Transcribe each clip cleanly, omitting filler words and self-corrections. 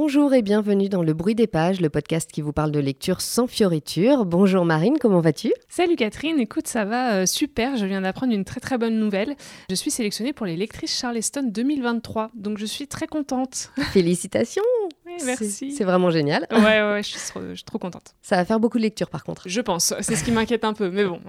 Bonjour et bienvenue dans Le Bruit des pages, le podcast qui vous parle de lecture sans fioritures. Bonjour Marine, comment vas-tu ? Salut Catherine, écoute, ça va super, je viens d'apprendre une très très bonne nouvelle. Je suis sélectionnée pour les lectrices Charleston 2023, donc je suis très contente. Félicitations. Oui, merci. C'est vraiment génial. Ouais, je suis trop contente. Ça va faire beaucoup de lectures par contre. Je pense, c'est ce qui m'inquiète un peu, mais bon.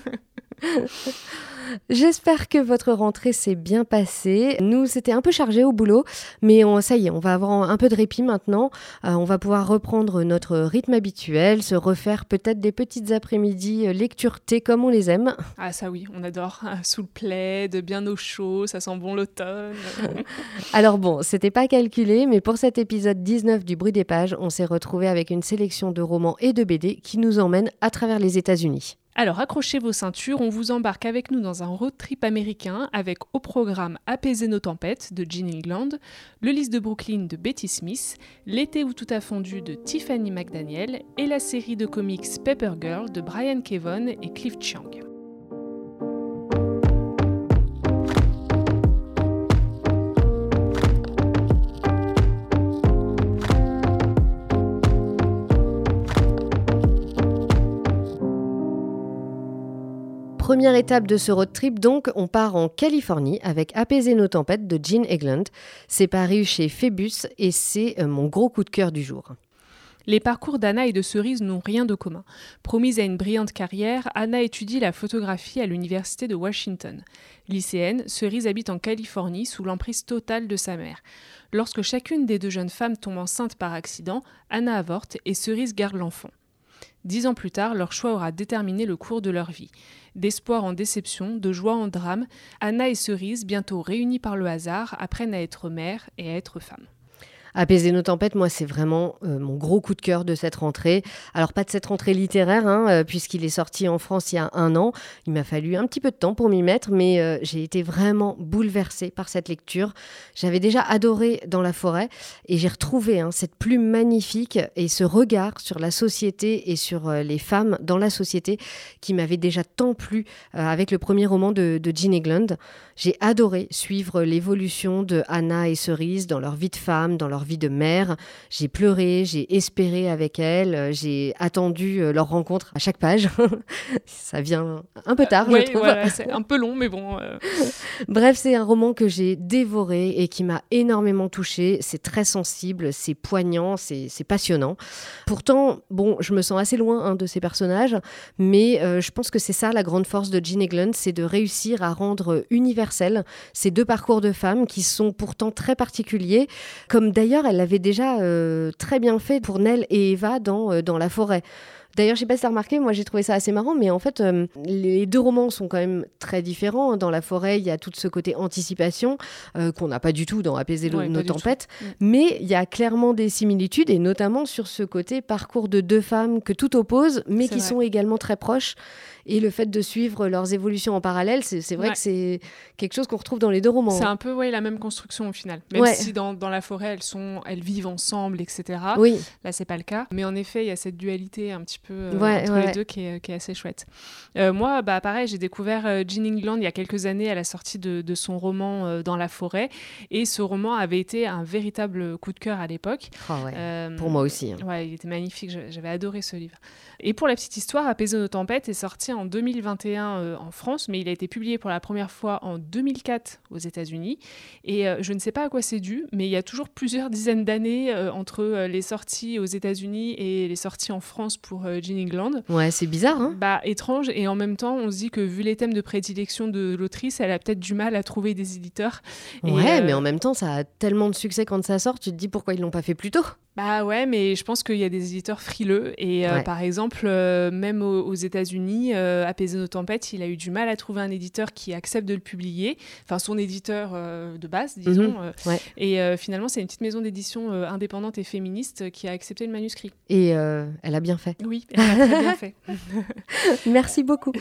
J'espère que votre rentrée s'est bien passée. Nous, c'était un peu chargé au boulot, mais ça y est, on va avoir un peu de répit maintenant. On va pouvoir reprendre notre rythme habituel, se refaire peut-être des petites après-midi lecture-thé comme on les aime. Ah ça oui, on adore. Sous le plaid, bien au chaud, ça sent bon l'automne. Alors bon, c'était pas calculé, mais pour cet épisode 19 du Bruit des pages, on s'est retrouvé avec une sélection de romans et de BD qui nous emmène à travers les États-Unis. Alors accrochez vos ceintures, on vous embarque avec nous dans un road trip américain avec au programme Apaiser nos tempêtes de Jean England, Le lys de Brooklyn de Betty Smith, L'été où tout a fondu de Tiffany McDaniel et la série de comics Paper Girl de Brian Kevough et Cliff Chiang. Première étape de ce road trip, donc, on part en Californie avec Apaiser nos tempêtes de Jean England. C'est paru chez Phébus et c'est mon gros coup de cœur du jour. Les parcours d'Anna et de Cerise n'ont rien de commun. Promise à une brillante carrière, Anna étudie la photographie à l'université de Washington. Lycéenne, Cerise habite en Californie sous l'emprise totale de sa mère. Lorsque chacune des deux jeunes femmes tombe enceinte par accident, Anna avorte et Cerise garde l'enfant. 10 ans plus tard, leur choix aura déterminé le cours de leur vie. D'espoir en déception, de joie en drame, Anna et Cerise, bientôt réunies par le hasard, apprennent à être mères et à être femmes. Apaiser nos tempêtes, moi, c'est vraiment mon gros coup de cœur de cette rentrée. Alors, pas de cette rentrée littéraire, puisqu'il est sorti en France il y a 1 an. Il m'a fallu un petit peu de temps pour m'y mettre, mais j'ai été vraiment bouleversée par cette lecture. J'avais déjà adoré Dans la forêt et j'ai retrouvé cette plume magnifique et ce regard sur la société et sur les femmes dans la société qui m'avait déjà tant plu avec le premier roman de Jean England. J'ai adoré suivre l'évolution de Anna et Cerise dans leur vie de femme, dans leur vie de mère. J'ai pleuré, j'ai espéré avec elles, j'ai attendu leur rencontre à chaque page. Ça vient un peu tard, je trouve. Voilà, c'est un peu long, mais bon. Bref, c'est un roman que j'ai dévoré et qui m'a énormément touchée. C'est très sensible, c'est poignant, c'est passionnant. Pourtant, bon, je me sens assez loin de ces personnages, mais je pense que c'est ça la grande force de Jean England, c'est de réussir à rendre universel ces deux parcours de femmes qui sont pourtant très particuliers, comme d'ailleurs elle l'avait déjà très bien fait pour Nell et Eva dans La forêt. D'ailleurs, je ne sais pas si tu as remarqué, moi j'ai trouvé ça assez marrant, mais en fait, les deux romans sont quand même très différents. Dans La forêt, il y a tout ce côté anticipation qu'on n'a pas du tout dans Apaiser nos tempêtes, mais il y a clairement des similitudes, et notamment sur ce côté parcours de deux femmes que tout oppose, mais qui sont également très proches. Et le fait de suivre leurs évolutions en parallèle, c'est vrai que c'est quelque chose qu'on retrouve dans les deux romans. C'est un peu la même construction au final. Même si dans La forêt, elles vivent ensemble, etc. Oui. Là, c'est pas le cas. Mais en effet, il y a cette dualité un petit peu entre les deux qui est assez chouette. Moi, pareil, j'ai découvert Jean England il y a quelques années à la sortie de son roman Dans la forêt. Et ce roman avait été un véritable coup de cœur à l'époque. Pour moi aussi. Ouais, il était magnifique. J'avais adoré ce livre. Et pour la petite histoire, Apaiser nos tempêtes est sorti en 2021 en France, mais il a été publié pour la première fois en 2004 aux États-Unis. Et je ne sais pas à quoi c'est dû, mais il y a toujours plusieurs dizaines d'années entre les sorties aux États-Unis et les sorties en France pour Jean England. Ouais, c'est bizarre, hein ? Étrange. Et en même temps, on se dit que vu les thèmes de prédilection de l'autrice, elle a peut-être du mal à trouver des éditeurs. Mais en même temps, ça a tellement de succès quand ça sort, tu te dis pourquoi ils l'ont pas fait plus tôt ? Mais je pense qu'il y a des éditeurs frileux et par exemple même aux États-Unis, Apaiser nos tempêtes, il a eu du mal à trouver un éditeur qui accepte de le publier, enfin son éditeur de base disons, et finalement c'est une petite maison d'édition indépendante et féministe qui a accepté le manuscrit. Et elle a bien fait. Oui, elle a très bien fait. Merci beaucoup.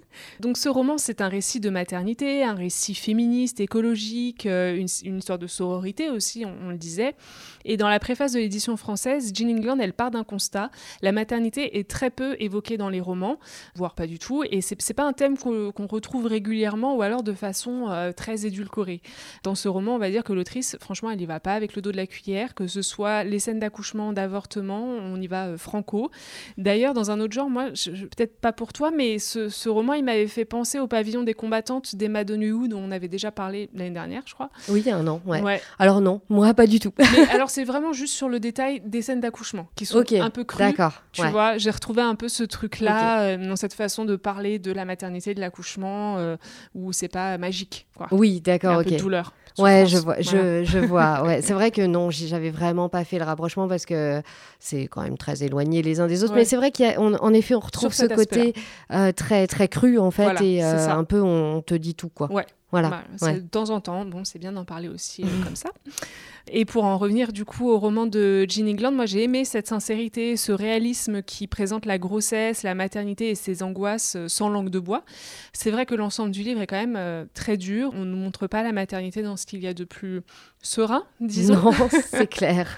Donc ce roman, c'est un récit de maternité, un récit féministe, écologique, une histoire de sororité aussi, on le disait. Et dans la préface de l'édition française, Jean England, elle part d'un constat. La maternité est très peu évoquée dans les romans, voire pas du tout. Et c'est pas un thème qu'on retrouve régulièrement ou alors de façon très édulcorée. Dans ce roman, on va dire que l'autrice, franchement, elle y va pas avec le dos de la cuillère, que ce soit les scènes d'accouchement, d'avortement, on y va franco. D'ailleurs, dans un autre genre, moi, peut-être pas pour toi, mais ce roman, il m'avait fait penser au Pavillon des combattantes d'Emma Donoghue, dont on avait déjà parlé l'année dernière, je crois. Oui, il y a un an, ouais. Alors non, moi pas du tout. Mais alors c'est vraiment juste sur le détail des scènes d'accouchement, qui sont un peu crues. D'accord. Tu vois, j'ai retrouvé un peu ce truc-là, dans cette façon de parler de la maternité, de l'accouchement, où c'est pas magique, quoi. Oui, d'accord, un peu de douleur. Ouais, je vois, voilà. je vois. Ouais. C'est vrai que non, j'avais vraiment pas fait le rapprochement parce que c'est quand même très éloigné les uns des autres. Ouais. Mais c'est vrai qu'en effet, on retrouve ce côté très, très cru, en fait, voilà, et un peu, on te dit tout, quoi. Ouais. Voilà. De temps en temps, bon, c'est bien d'en parler aussi comme ça. Et pour en revenir du coup au roman de Jean England, moi j'ai aimé cette sincérité, ce réalisme qui présente la grossesse, la maternité et ses angoisses sans langue de bois. C'est vrai que l'ensemble du livre est quand même très dur. On ne nous montre pas la maternité dans ce qu'il y a de plus serein, disons. Non, c'est clair.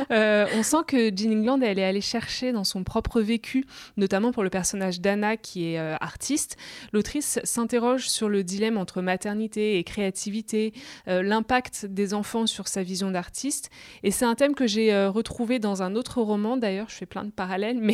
On sent que Jean England, elle est allée chercher dans son propre vécu, notamment pour le personnage d'Anna qui est artiste. L'autrice s'interroge sur le dilemme entre maternité et créativité, l'impact des enfants sur sa vision d'artiste. Et c'est un thème que j'ai retrouvé dans un autre roman, d'ailleurs, je fais plein de parallèles, mais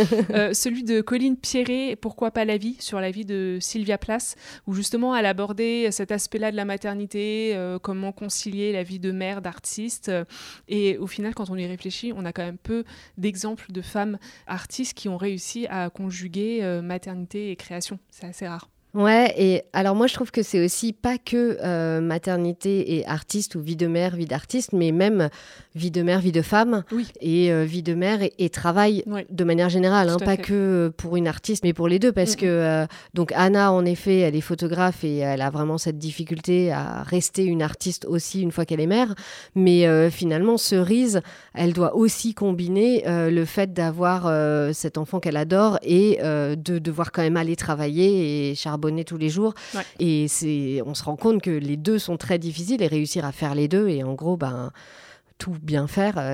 celui de Colline Pierret, Pourquoi pas la vie, sur la vie de Sylvia Plath, où justement elle abordait cet aspect-là de la maternité, comment concilier la vie de mère, d'artiste. Et au final, quand on y réfléchit, on a quand même peu d'exemples de femmes artistes qui ont réussi à conjuguer maternité et création. C'est assez rare. Ouais, et alors moi je trouve que c'est aussi pas que maternité et artiste ou vie de mère, vie d'artiste, mais même vie de mère, vie de femme, oui. Et vie de mère et travail de manière générale, pas que pour une artiste, mais pour les deux, parce que donc Anna en effet, elle est photographe et elle a vraiment cette difficulté à rester une artiste aussi une fois qu'elle est mère, mais finalement Cerise, elle doit aussi combiner le fait d'avoir cet enfant qu'elle adore et de devoir quand même aller travailler et charbonner tous les jours. Ouais. Et on se rend compte que les deux sont très difficiles et réussir à faire les deux et en gros, tout bien faire,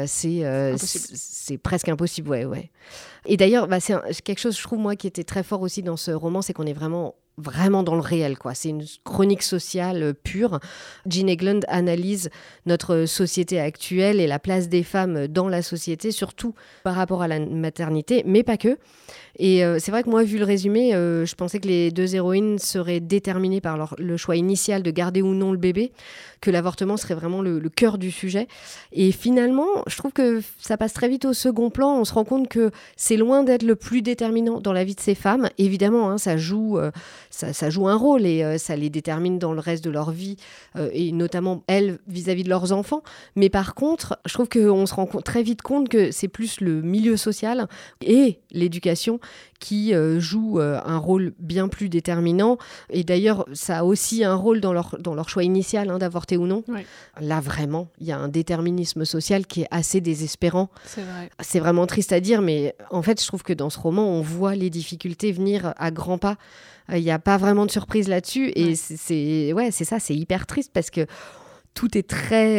c'est presque impossible. Ouais. Et d'ailleurs, c'est quelque chose, je trouve, moi, qui était très fort aussi dans ce roman, c'est qu'on est vraiment dans le réel, quoi. C'est une chronique sociale pure. Jean England analyse notre société actuelle et la place des femmes dans la société, surtout par rapport à la maternité, mais pas que. Et c'est vrai que moi, vu le résumé, je pensais que les deux héroïnes seraient déterminées par le choix initial de garder ou non le bébé, que l'avortement serait vraiment le cœur du sujet. Et finalement, je trouve que ça passe très vite au second plan. On se rend compte que c'est loin d'être le plus déterminant dans la vie de ces femmes. Évidemment, ça joue un rôle et ça les détermine dans le reste de leur vie, et notamment elles vis-à-vis de leurs enfants. Mais par contre, je trouve qu'on se rend très vite compte que c'est plus le milieu social et l'éducation qui jouent un rôle bien plus déterminant. Et d'ailleurs, ça a aussi un rôle dans leur choix initial d'avorter ou non. Oui. Là, vraiment, il y a un déterminisme social qui est assez désespérant. C'est vrai. C'est vraiment triste à dire, mais en fait, je trouve que dans ce roman, on voit les difficultés venir à grands pas. Il n'y a pas vraiment de surprise là-dessus. Et c'est ça, c'est hyper triste parce que tout est très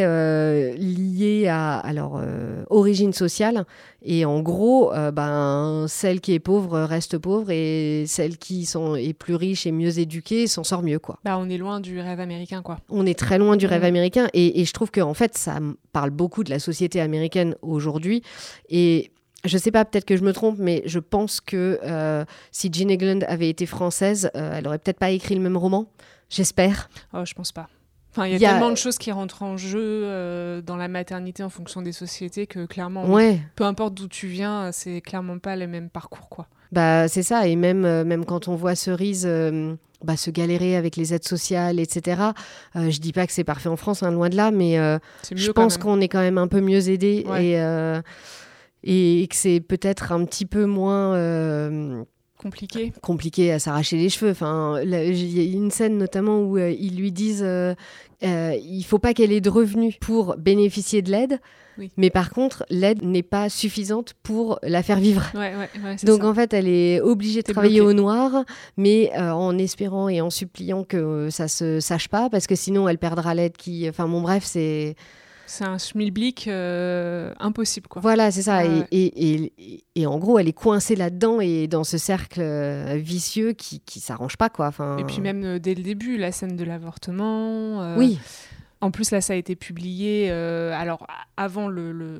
lié à leur origine sociale. Et en gros, celle qui est pauvre reste pauvre et celle qui est plus riche et mieux éduquée s'en sort mieux, quoi. On est loin du rêve américain, quoi. On est très loin du rêve américain. Et je trouve qu'en fait, ça parle beaucoup de la société américaine aujourd'hui. Et je ne sais pas, peut-être que je me trompe, mais je pense que si Jean England avait été française, elle n'aurait peut-être pas écrit le même roman. J'espère. Oh, je ne pense pas. Enfin, il y a tellement de choses qui rentrent en jeu dans la maternité en fonction des sociétés que clairement, peu importe d'où tu viens, c'est clairement pas le même parcours, quoi. C'est ça, et même quand on voit Cerise se galérer avec les aides sociales, etc. Je dis pas que c'est parfait en France, loin de là, mais je pense qu'on est quand même un peu mieux aidés et que c'est peut-être un petit peu moins compliqué à s'arracher les cheveux. Enfin, il y a une scène notamment où ils lui disent il faut pas qu'elle ait de revenus pour bénéficier de l'aide. Oui. Mais par contre, l'aide n'est pas suffisante pour la faire vivre. C'est donc ça. En fait, elle est obligée de travailler au noir, mais en espérant et en suppliant que ça se sache pas, parce que sinon elle perdra l'aide Enfin bon, bref, c'est un schmilblick impossible, quoi. Voilà, c'est ça. Et en gros, elle est coincée là-dedans et dans ce cercle vicieux qui s'arrange pas, quoi. Et puis même dès le début, la scène de l'avortement. Oui. En plus, là, ça a été publié alors avant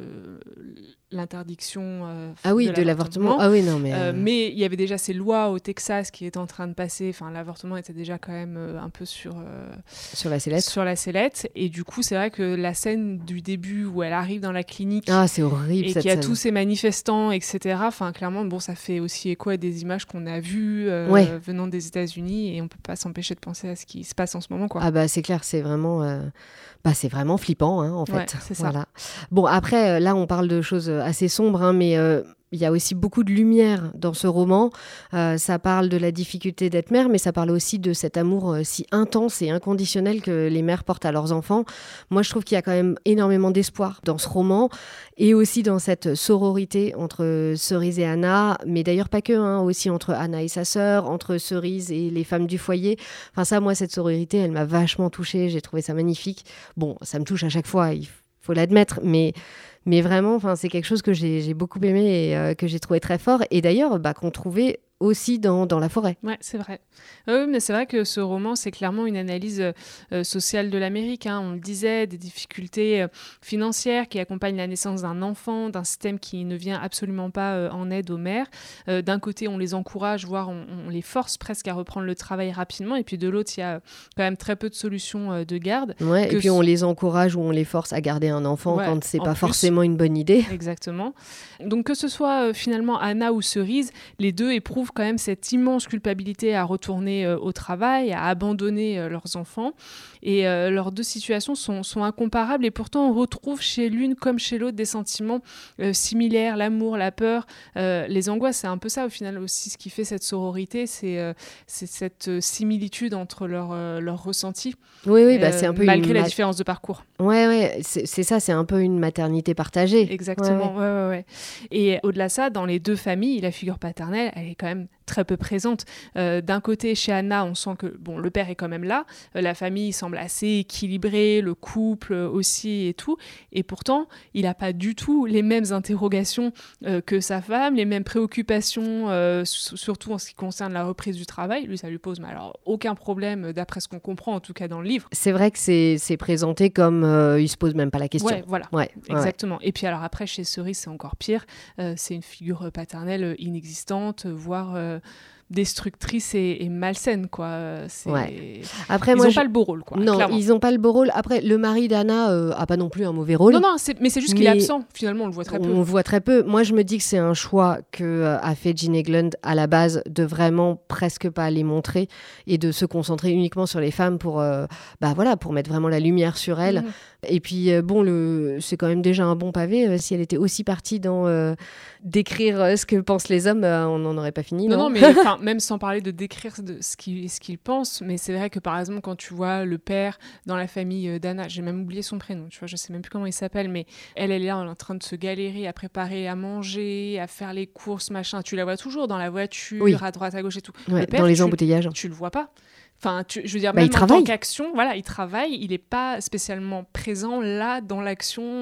l'interdiction de l'avortement. Ah oui, non, mais il y avait déjà ces lois au Texas qui étaient en train de passer. Enfin, l'avortement était déjà quand même un peu sur la sellette. Sur la sellette. Et du coup, c'est vrai que la scène du début où elle arrive dans la clinique, c'est horrible, et cette qu'il y a scène. tous ces manifestants, etc. Enfin, clairement, bon, ça fait aussi écho à des images qu'on a vues venant des États-Unis, et on peut pas s'empêcher de penser à ce qui se passe en ce moment, quoi. Ah bah c'est clair, c'est vraiment flippant, hein, en fait. Ouais, c'est ça. Voilà. Bon, après, là, on parle de choses assez sombres, hein, mais il y a aussi beaucoup de lumière dans ce roman. Ça parle de la difficulté d'être mère, mais ça parle aussi de cet amour si intense et inconditionnel que les mères portent à leurs enfants. Moi, je trouve qu'il y a quand même énormément d'espoir dans ce roman, et aussi dans cette sororité entre Cerise et Anna, mais d'ailleurs pas que, hein, aussi entre Anna et sa sœur, entre Cerise et les femmes du foyer. Enfin ça, moi, cette sororité, elle m'a vachement touchée, j'ai trouvé ça magnifique. Bon, ça me touche à chaque fois, il faut l'admettre, mais vraiment, c'est quelque chose que j'ai beaucoup aimé et que j'ai trouvé très fort, et d'ailleurs qu'on trouvait aussi dans La Forêt. Ouais, c'est vrai. Oui, mais c'est vrai que ce roman, c'est clairement une analyse sociale de l'Amérique, hein. On le disait, des difficultés financières qui accompagnent la naissance d'un enfant, d'un système qui ne vient absolument pas en aide aux mères. D'un côté, on les encourage, voire on les force presque à reprendre le travail rapidement, et puis de l'autre, il y a quand même très peu de solutions de garde. Ouais, et puis on les encourage ou on les force à garder un enfant quand c'est pas forcément une bonne idée. Exactement. Donc que ce soit finalement Anna ou Cerise, les deux éprouvent quand même cette immense culpabilité à retourner au travail, à abandonner leurs enfants. Et leurs deux situations sont incomparables, et pourtant on retrouve chez l'une comme chez l'autre des sentiments similaires, l'amour, la peur, les angoisses. C'est un peu ça au final aussi ce qui fait cette sororité, c'est cette similitude entre leurs ressentis. Oui, c'est un peu malgré la différence de parcours. Ouais, c'est ça, c'est un peu une maternité partagée. Exactement, ouais. Et au-delà de ça, dans les deux familles, la figure paternelle, elle est quand même très peu présente. D'un côté, chez Anna, on sent que le père est quand même là, la famille semble assez équilibrée, le couple aussi et tout, et pourtant, il n'a pas du tout les mêmes interrogations que sa femme, les mêmes préoccupations, surtout en ce qui concerne la reprise du travail. Lui, ça lui pose aucun problème, d'après ce qu'on comprend, en tout cas dans le livre. C'est vrai que c'est présenté comme il se pose même pas la question. Ouais, voilà, exactement. Et puis alors après, chez Cerise, c'est encore pire. C'est une figure paternelle inexistante, voire destructrice et malsaine, quoi. Après, ils n'ont pas le beau rôle, quoi. Non, clairement. ils n'ont pas le beau rôle. Après, le mari d'Anna a pas non plus un mauvais rôle. Non, mais c'est juste qu'il est absent. Finalement, on le voit très peu. On le voit très peu. Moi, je me dis que c'est un choix a fait Jean Eglund à la base, de vraiment presque pas les montrer et de se concentrer uniquement sur les femmes pour mettre vraiment la lumière sur elles. Et puis, c'est quand même déjà un bon pavé. Si elle était aussi partie dans d'écrire ce que pensent les hommes, on n'en aurait pas fini. Non, mais même sans parler de décrire ce qu'ils pensent, mais c'est vrai que par exemple, quand tu vois le père dans la famille d'Anna, j'ai même oublié son prénom, tu vois, je sais même plus comment il s'appelle, mais elle est là en train de se galérer à préparer à manger, à faire les courses, machin. Tu la vois toujours dans la voiture, à droite, à gauche et tout. Ouais, le père, dans les embouteillages. Tu le vois pas. Enfin, je veux dire, même en tant qu'action, il travaille, il n'est pas spécialement présent là dans l'action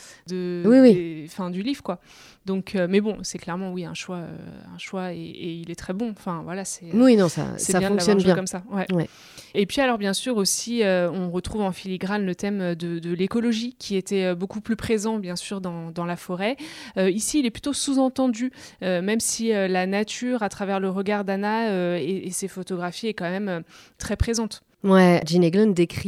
du livre, quoi. Donc, mais bon, c'est clairement un choix et il est très bon. Enfin, voilà, ça fonctionne bien comme ça. Ouais. Et puis alors, bien sûr aussi, on retrouve en filigrane le thème de l'écologie qui était beaucoup plus présent, bien sûr, dans La Forêt. Ici, il est plutôt sous-entendu, même si la nature, à travers le regard d'Anna et ses photographies, est quand même très présente. Ouais, Jean Eglund décrit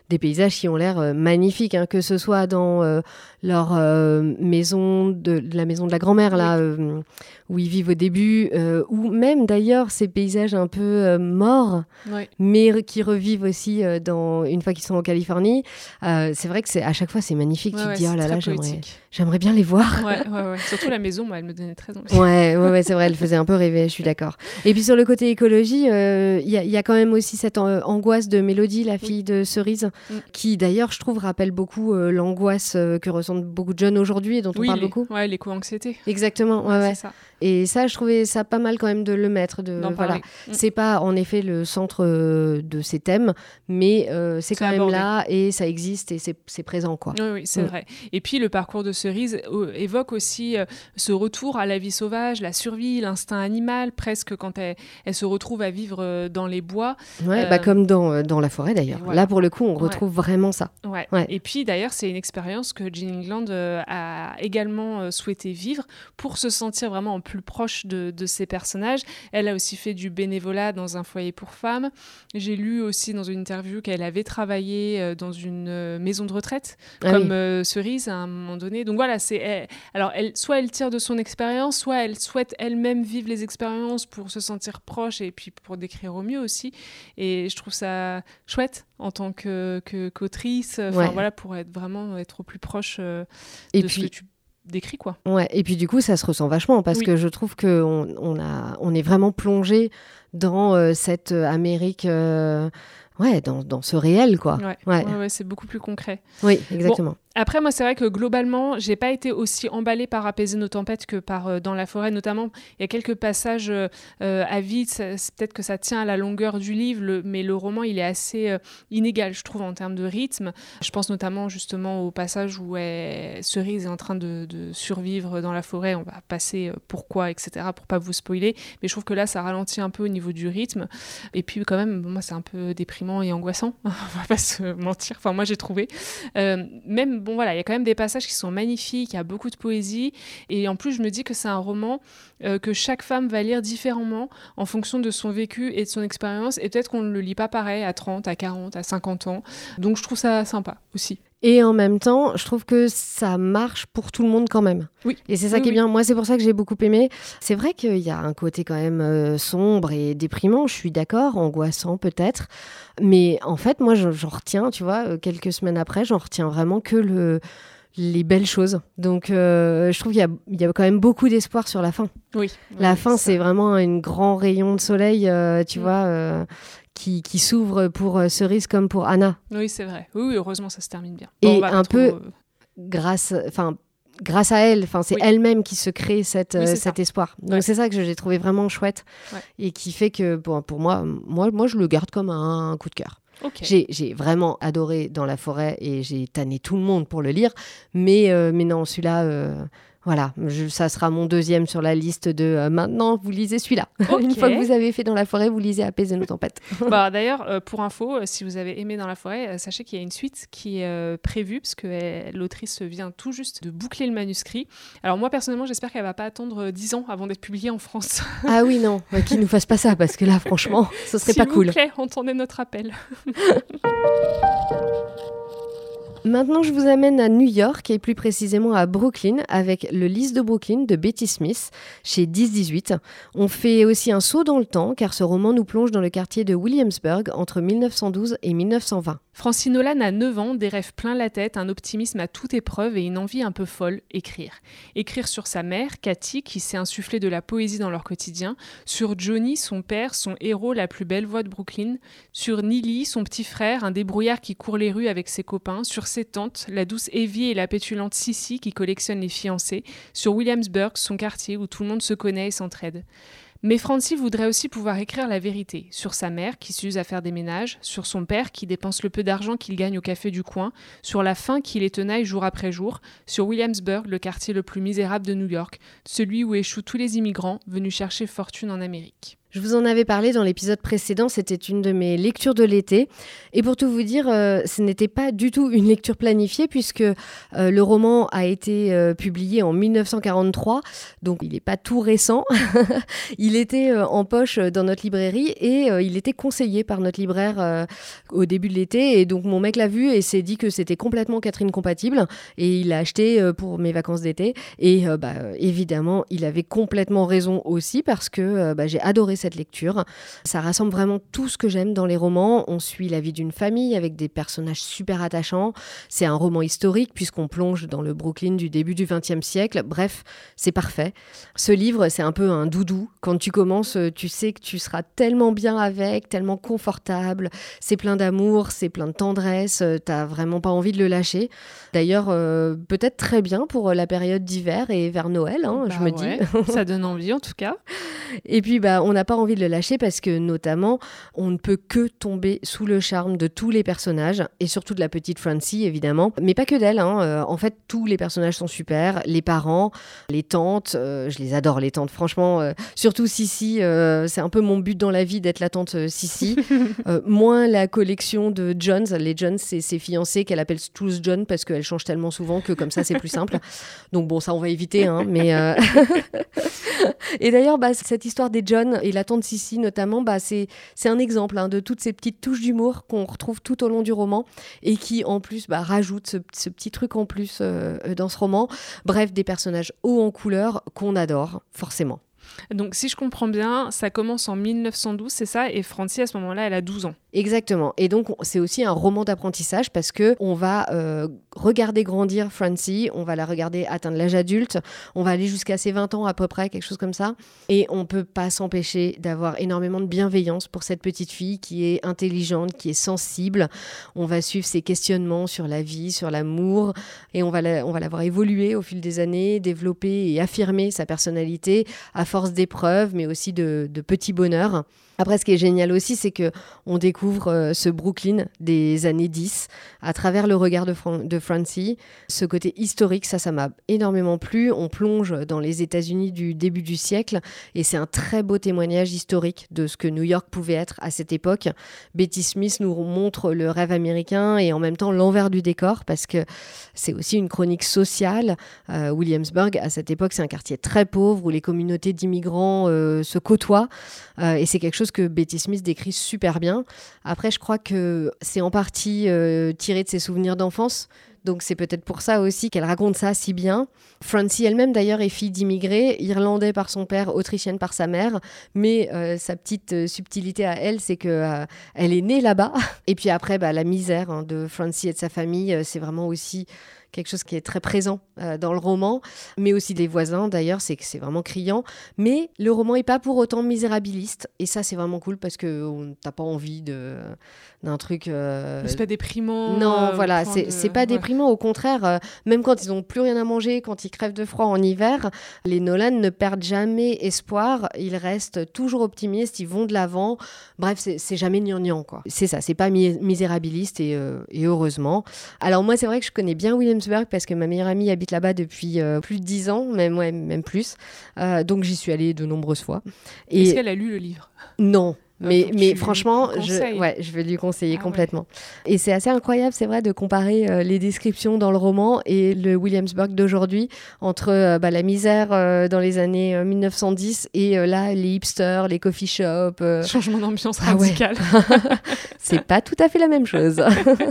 des paysages qui ont l'air magnifiques, hein, que ce soit dans leur maison, la maison de la grand-mère, là, où ils vivent au début, ou même d'ailleurs ces paysages un peu morts, mais qui revivent aussi une fois qu'ils sont en Californie. C'est vrai que à chaque fois, c'est magnifique. Tu te dis, oh là là, j'aimerais bien les voir. Ouais. Surtout la maison, elle me donnait très envie. Ouais, c'est vrai, elle faisait un peu rêver, je suis d'accord. Et puis sur le côté écologie, il y a quand même aussi cette angoisse de Mélodie, la fille de Cerise, qui d'ailleurs, je trouve, rappelle beaucoup l'angoisse que ressentent beaucoup de jeunes aujourd'hui et dont on parle beaucoup. Ouais, l'éco-anxiété. Exactement, ouais. C'est ça. Et ça, je trouvais ça pas mal quand même de le mettre. C'est pas en effet le centre de ces thèmes, mais c'est quand même là et ça existe et c'est présent, quoi. Oui, c'est vrai. Et puis le parcours de Cerise évoque aussi ce retour à la vie sauvage, la survie, l'instinct animal, presque quand elle se retrouve à vivre dans les bois. Comme dans la forêt d'ailleurs. Voilà. Là, pour le coup, on retrouve vraiment ça. Ouais. Et puis d'ailleurs, c'est une expérience que Jean England a également souhaité vivre pour se sentir vraiment en plus proche de ses personnages. Elle a aussi fait du bénévolat dans un foyer pour femmes. J'ai lu aussi dans une interview qu'elle avait travaillé dans une maison de retraite, comme Cerise à un moment donné. Donc voilà, soit elle tire de son expérience, soit elle souhaite elle-même vivre les expériences pour se sentir proche et puis pour décrire au mieux aussi. Et je trouve ça chouette en tant qu'autrice, pour être au plus proche de ce que tu décrit, quoi. Ouais, et puis du coup ça se ressent vachement parce que je trouve qu'on est vraiment plongé dans cette Amérique dans ce réel, quoi. Ouais, c'est beaucoup plus concret. Oui, exactement. Après, moi, c'est vrai que globalement, j'ai pas été aussi emballée par Apaiser nos tempêtes que par Dans la forêt, notamment. Il y a quelques passages à vide, c'est peut-être que ça tient à la longueur du livre, mais le roman, il est assez inégal, je trouve, en termes de rythme. Je pense notamment, justement, au passage où Cerise est en train de survivre dans la forêt. On va passer pourquoi, etc., pour pas vous spoiler. Mais je trouve que là, ça ralentit un peu au niveau du rythme. Et puis, quand même, moi, c'est un peu déprimant et angoissant. On va pas se mentir. Enfin, moi, j'ai trouvé. Même il y a quand même des passages qui sont magnifiques, il y a beaucoup de poésie, et en plus je me dis que c'est un roman que chaque femme va lire différemment en fonction de son vécu et de son expérience, et peut-être qu'on ne le lit pas pareil à 30, à 40, à 50 ans, donc je trouve ça sympa aussi. Et en même temps, je trouve que ça marche pour tout le monde quand même. Oui. Et c'est ça qui est bien. Moi, c'est pour ça que j'ai beaucoup aimé. C'est vrai qu'il y a un côté quand même sombre et déprimant, je suis d'accord, angoissant peut-être. Mais en fait, moi, j'en retiens, tu vois, quelques semaines après, j'en retiens vraiment que les belles choses. Donc, je trouve qu'il y a quand même beaucoup d'espoir sur la fin. Oui. La fin, c'est vraiment un grand rayon de soleil, tu vois, qui s'ouvre pour Cerise comme pour Anna. Oui, c'est vrai. Oui, heureusement, ça se termine bien. Et un peu grâce à elle, c'est elle-même qui se crée cet espoir. Donc c'est ça que j'ai trouvé vraiment chouette et qui fait que pour moi, je le garde comme un coup de cœur. Okay. J'ai vraiment adoré Dans la forêt et j'ai tanné tout le monde pour le lire, mais non, celui-là... ça sera mon deuxième sur la liste de maintenant, vous lisez celui-là. Okay. Une fois que vous avez fait Dans la forêt, vous lisez Apaiser nos tempêtes. D'ailleurs, pour info, si vous avez aimé Dans la forêt, sachez qu'il y a une suite qui est prévue, parce que l'autrice vient tout juste de boucler le manuscrit. Alors moi, personnellement, j'espère qu'elle ne va pas attendre 10 ans avant d'être publiée en France. Ah oui, non, qu'il ne nous fasse pas ça, parce que là, franchement, ce serait pas cool. S'il vous plaît, entendez notre appel. Maintenant, je vous amène à New York et plus précisément à Brooklyn avec Le Lys de Brooklyn de Betty Smith chez 10-18. On fait aussi un saut dans le temps car ce roman nous plonge dans le quartier de Williamsburg entre 1912 et 1920. Francine Nolan a 9 ans, des rêves plein la tête, un optimisme à toute épreuve et une envie un peu folle, écrire. Écrire sur sa mère, Cathy, qui s'est insufflé de la poésie dans leur quotidien, sur Johnny, son père, son héros, la plus belle voix de Brooklyn, sur Neely, son petit frère, un débrouillard qui court les rues avec ses copains, sur ses tantes, la douce Evie et la pétulante Sissy qui collectionnent les fiancés, sur Williamsburg, son quartier où tout le monde se connaît et s'entraide. Mais Francie voudrait aussi pouvoir écrire la vérité sur sa mère qui s'use à faire des ménages, sur son père qui dépense le peu d'argent qu'il gagne au café du coin, sur la faim qui les tenaille jour après jour, sur Williamsburg, le quartier le plus misérable de New York, celui où échouent tous les immigrants venus chercher fortune en Amérique. Je vous en avais parlé dans l'épisode précédent, c'était une de mes lectures de l'été. Et pour tout vous dire, ce n'était pas du tout une lecture planifiée puisque le roman a été publié en 1943, donc il n'est pas tout récent. Il était en poche dans notre librairie et il était conseillé par notre libraire au début de l'été. Et donc mon mec l'a vu et s'est dit que c'était complètement Catherine compatible et il l'a acheté pour mes vacances d'été. Et évidemment, il avait complètement raison aussi parce que j'ai adoré cette lecture. Ça rassemble vraiment tout ce que j'aime dans les romans. On suit la vie d'une famille avec des personnages super attachants. C'est un roman historique puisqu'on plonge dans le Brooklyn du début du XXe siècle. Bref, c'est parfait. Ce livre, c'est un peu un doudou. Quand tu commences, tu sais que tu seras tellement bien avec, tellement confortable. C'est plein d'amour, c'est plein de tendresse. T'as vraiment pas envie de le lâcher. D'ailleurs, peut-être très bien pour la période d'hiver et vers Noël, je me dis. Ça donne envie en tout cas. Et puis, on n'a pas envie de le lâcher parce que, notamment, on ne peut que tomber sous le charme de tous les personnages et surtout de la petite Francie, évidemment. Mais pas que d'elle. En fait, tous les personnages sont super. Les parents, les tantes, je les adore, les tantes. Franchement, surtout Sissi, c'est un peu mon but dans la vie d'être la tante Sissi. Moins la collection de Johns. Les Johns, c'est ses fiancés qu'elle appelle tous John parce qu'elle change tellement souvent que comme ça, c'est plus simple. Donc bon, ça, on va éviter. Mais Et d'ailleurs, cette histoire des John et la tante Sissi notamment, c'est un exemple de toutes ces petites touches d'humour qu'on retrouve tout au long du roman et qui en plus rajoute ce petit truc en plus dans ce roman. Bref, des personnages hauts en couleur qu'on adore forcément. Donc si je comprends bien, ça commence en 1912, c'est ça, et Francie à ce moment-là, elle a 12 ans. Exactement. Et donc, c'est aussi un roman d'apprentissage parce qu'on va regarder grandir Francie, on va la regarder atteindre l'âge adulte, on va aller jusqu'à ses 20 ans à peu près, quelque chose comme ça. Et on ne peut pas s'empêcher d'avoir énormément de bienveillance pour cette petite fille qui est intelligente, qui est sensible. On va suivre ses questionnements sur la vie, sur l'amour, et on va la voir évoluer au fil des années, développer et affirmer sa personnalité à force d'épreuves, mais aussi de petits bonheurs. Après, ce qui est génial aussi, c'est qu'on découvre ce Brooklyn des années 10 à travers le regard de Francie. Ce côté historique, ça m'a énormément plu. On plonge dans les États-Unis du début du siècle et c'est un très beau témoignage historique de ce que New York pouvait être à cette époque. Betty Smith nous montre le rêve américain et en même temps l'envers du décor parce que c'est aussi une chronique sociale. Williamsburg, à cette époque, c'est un quartier très pauvre où les communautés d'immigrants se côtoient et c'est quelque chose que Betty Smith décrit super bien. Après, je crois que c'est en partie tiré de ses souvenirs d'enfance. Donc c'est peut-être pour ça aussi qu'elle raconte ça si bien. Francie elle-même d'ailleurs est fille d'immigrés, irlandais par son père, autrichienne par sa mère. Mais sa petite subtilité à elle, c'est qu'elle est née là-bas. Et puis après, la misère de Francie et de sa famille, c'est vraiment aussi quelque chose qui est très présent dans le roman, mais aussi des voisins d'ailleurs, c'est vraiment criant. Mais le roman n'est pas pour autant misérabiliste, et ça c'est vraiment cool parce que t'as pas envie d'un truc... C'est pas déprimant. Non, voilà, c'est pas déprimant, au contraire, même quand ils n'ont plus rien à manger, quand ils crèvent de froid en hiver, les Nolan ne perdent jamais espoir, ils restent toujours optimistes, ils vont de l'avant, bref, c'est jamais gnangnan, quoi. C'est ça, c'est pas misérabiliste et heureusement. Alors moi c'est vrai que je connais bien Williamsburg parce que ma meilleure amie habite là-bas depuis plus de 10 ans, même plus. Donc j'y suis allée de nombreuses fois. Est-ce qu'elle a lu le livre ? Non. Mais franchement, je vais lui conseiller complètement. Ouais. Et c'est assez incroyable, c'est vrai, de comparer les descriptions dans le roman et le Williamsburg d'aujourd'hui entre la misère dans les années 1910 et là, les hipsters, les coffee shops. Changement d'ambiance radical. Ouais. C'est pas tout à fait la même chose.